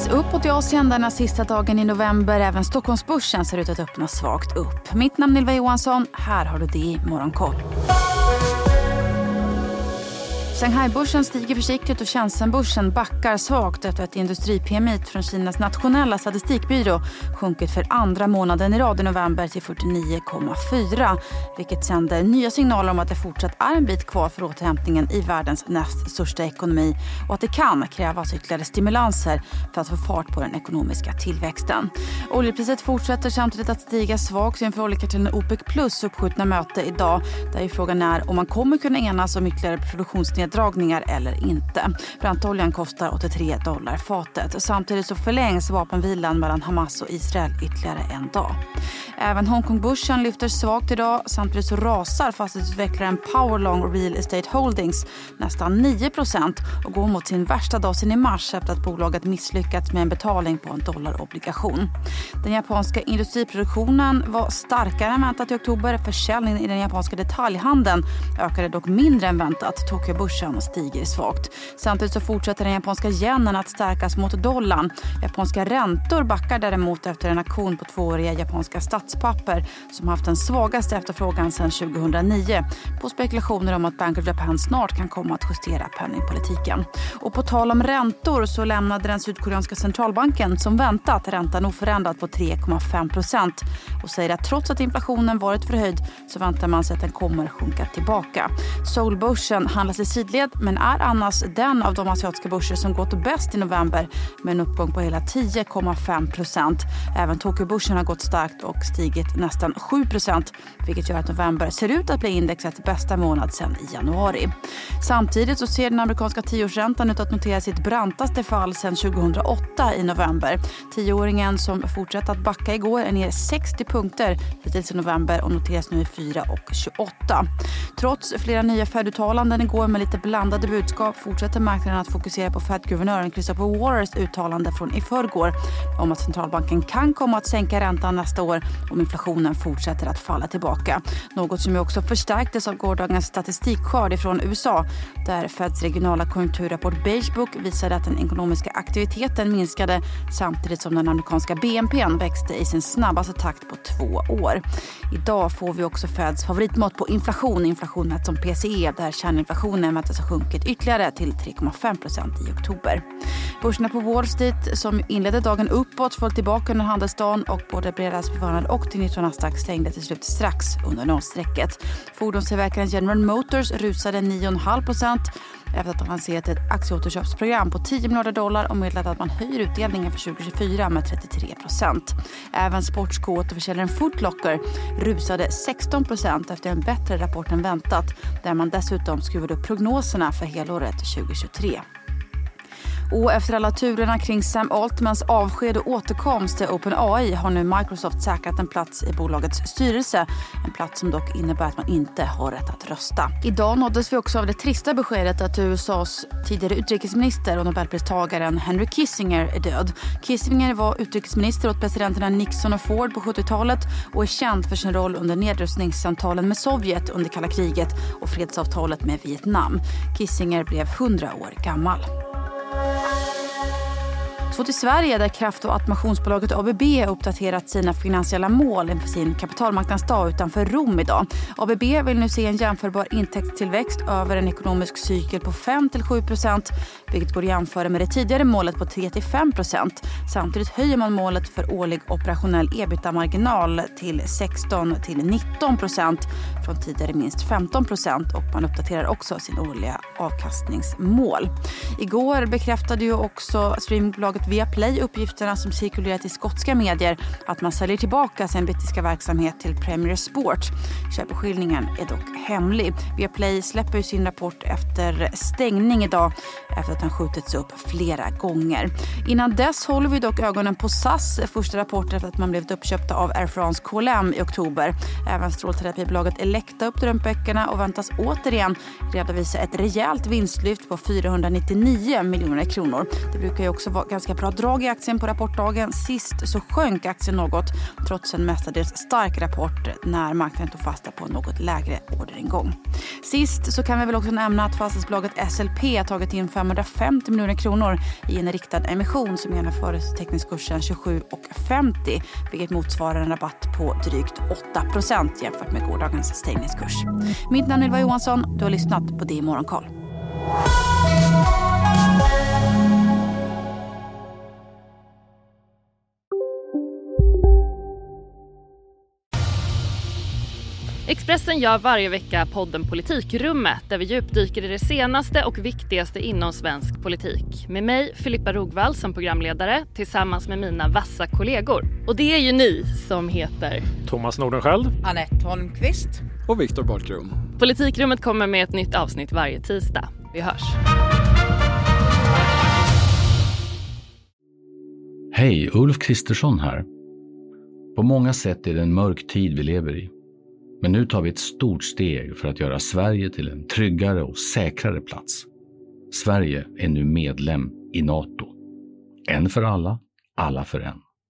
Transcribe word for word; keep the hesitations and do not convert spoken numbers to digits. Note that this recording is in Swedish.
Gradvis uppåt i Asien denna sista dagen i november. Även Stockholmsbörsen ser ut att öppna svagt upp. Mitt namn är Ylva Johansson. Här har du det i Morgonkoll. Shanghai-börsen stiger försiktigt och Shenzhen-börsen backar svagt efter att industri-P M I från Kinas nationella statistikbyrå sjunkit för andra månaden i rad i november till fyrtionio komma fyra, vilket sänder nya signaler om att det fortsatt är en bit kvar för återhämtningen i världens näst största ekonomi och att det kan krävas ytterligare stimulanser för att få fart på den ekonomiska tillväxten. Oljepriset fortsätter samtidigt att stiga svagt inför oljekartellen OPEC plus uppskjutna möte idag, där ju frågan är om man kommer kunna enas om ytterligare produktionsneddragningar dragningar eller inte. Brantoljan kostar åttiotre dollar fatet. Samtidigt så förlängs vapenvilan mellan Hamas och Israel ytterligare en dag. Även Hongkongbörsen lyfter svagt idag. Samtidigt så rasar fastighetsutvecklaren Powerlong Real Estate Holdings nästan nio procent och går mot sin värsta dag sedan i mars efter att bolaget misslyckats med en betalning på en dollarobligation. Den japanska industriproduktionen var starkare än väntat i oktober. Försäljningen i den japanska detaljhandeln ökade dock mindre än väntat. Tokyobörsen stiger svagt. Samtidigt så fortsätter den japanska yenen att stärkas mot dollarn. Japanska räntor backar däremot efter en auktion på tvååriga japanska statspapper som haft den svagaste efterfrågan sedan tjugohundranio på spekulationer om att Bank of Japan snart kan komma att justera penningpolitiken. Och på tal om räntor så lämnade den sydkoreanska centralbanken som väntat räntan oförändrad på tre komma fem procent och säger att trots att inflationen varit förhöjd så väntar man sig att den kommer sjunka tillbaka. Seoulbörsen handlas i sidled men är annars den av de asiatiska börser som gått bäst i november med en uppgång på hela tio komma fem procent. Även Tokyobörsen har gått starkt och stigit nästan sju procent, vilket gör att november ser ut att bli indexets bästa månad sedan i januari. Samtidigt så ser den amerikanska tioårsräntan ut att notera sitt brantaste fall sedan tjugohundraåtta i november. Tioåringen som fortsatte att backa igår är ner sextio punkter hittills i november och noteras nu i fyra komma tjugoåtta. Trots flera nya Fed-uttalanden igår med lite blandade budskap fortsätter marknaden att fokusera på Fed-guvernören Christopher Waters uttalande från i förrgår om att centralbanken kan komma att sänka räntan nästa år om inflationen fortsätter att falla tillbaka. Något som ju också förstärktes av gårdagens statistikskörd från U S A där Feds regionala konjunkturrapport Beige Book visade att den ekonomiska aktiviteten minskade samtidigt som den amerikanska B N P:n växte i sin snabbaste takt på två år. Idag får vi också Feds favoritmått på inflation, inflation mätt som P C E där kärninflationen mättes har sjunkit ytterligare till tre komma fem procent i oktober. Börserna på Wall Street som inledde dagen uppåt föll tillbaka under handelsdagen och både Bredas bevarnad och till nitton Nasdaq stängde till slut strax under nollstrecket. Fordonstillverkaren General Motors rusade nio komma fem procent efter att ha lanserat ett aktieåterköpsprogram på tio miljarder dollar och meddelat att man höjer utdelningen för tjugohundratjugofyra med trettiotre procent. Även sportskoåterförsäljaren Foot Locker rusade sexton procent efter en bättre rapport än väntat där man dessutom skruvade upp prognoserna för helåret tjugohundratjugotre. Och efter alla turerna kring Sam Altmans avsked och återkomst till OpenAI har nu Microsoft säkrat en plats i bolagets styrelse. En plats som dock innebär att man inte har rätt att rösta. Idag nåddes vi också av det trista beskedet att U S A:s tidigare utrikesminister och Nobelpristagaren Henry Kissinger är död. Kissinger var utrikesminister åt presidenterna Nixon och Ford på sjuttiotalet och är känd för sin roll under nedrustningssamtalen med Sovjet under kalla kriget och fredsavtalet med Vietnam. Kissinger blev hundra år gammal. Så till Sverige där kraft- och automationsbolaget A B B uppdaterat sina finansiella mål inför sin kapitalmarknadsdag utanför Rom idag. A B B vill nu se en jämförbar intäktstillväxt över en ekonomisk cykel på fem till sju procent, vilket går att jämföra med det tidigare målet på tre till fem procent. Samtidigt höjer man målet för årlig operationell EBITDA-marginal till sexton till nitton procent från tidigare minst femton procent och man uppdaterar också sin årliga avkastningsmål. Igår bekräftade ju också streamingbolaget Viaplay uppgifterna som cirkulerat i skotska medier att man säljer tillbaka sin brittiska verksamhet till Premier Sport. Köpeskillningen är dock hemlig. Viaplay släpper ju sin rapport efter stängning idag efter att den skjutits upp flera gånger. Innan dess håller vi dock ögonen på S A S första rapport efter att man blivit uppköpta av Air France K L M i oktober. Även strålterapibolaget Elekta upp drömböckerna och väntas återigen redovisa ett rejält vinstlyft på fyrahundranittionio miljoner kronor. Det brukar ju också vara ganska ganska bra drag i aktien på rapportdagen. Sist så sjönk aktien något trots en mestadels stark rapport när marknaden tog fasta på något lägre orderingång. Sist så kan vi väl också nämna att fastighetsbolaget S L P har tagit in femhundrafemtio miljoner kronor i en riktad emission som genomfördes till teckningskursen tjugosju femtio, vilket motsvarar en rabatt på drygt åtta procent jämfört med gårdagens stängningskurs. Mitt namn är Ylva Johansson, du har lyssnat på det i Morgonkoll. Expressen gör varje vecka podden Politikrummet där vi djupdyker i det senaste och viktigaste inom svensk politik. Med mig, Filippa Rogvall, som programledare tillsammans med mina vassa kollegor. Och det är ju ni som heter Thomas Nordenskjöld, Anette Holmqvist och Viktor Barkrum. Politikrummet kommer med ett nytt avsnitt varje tisdag. Vi hörs. Hej, Ulf Kristersson här. På många sätt är det en mörk tid vi lever i. Men nu tar vi ett stort steg för att göra Sverige till en tryggare och säkrare plats. Sverige är nu medlem i NATO. En för alla, alla för en.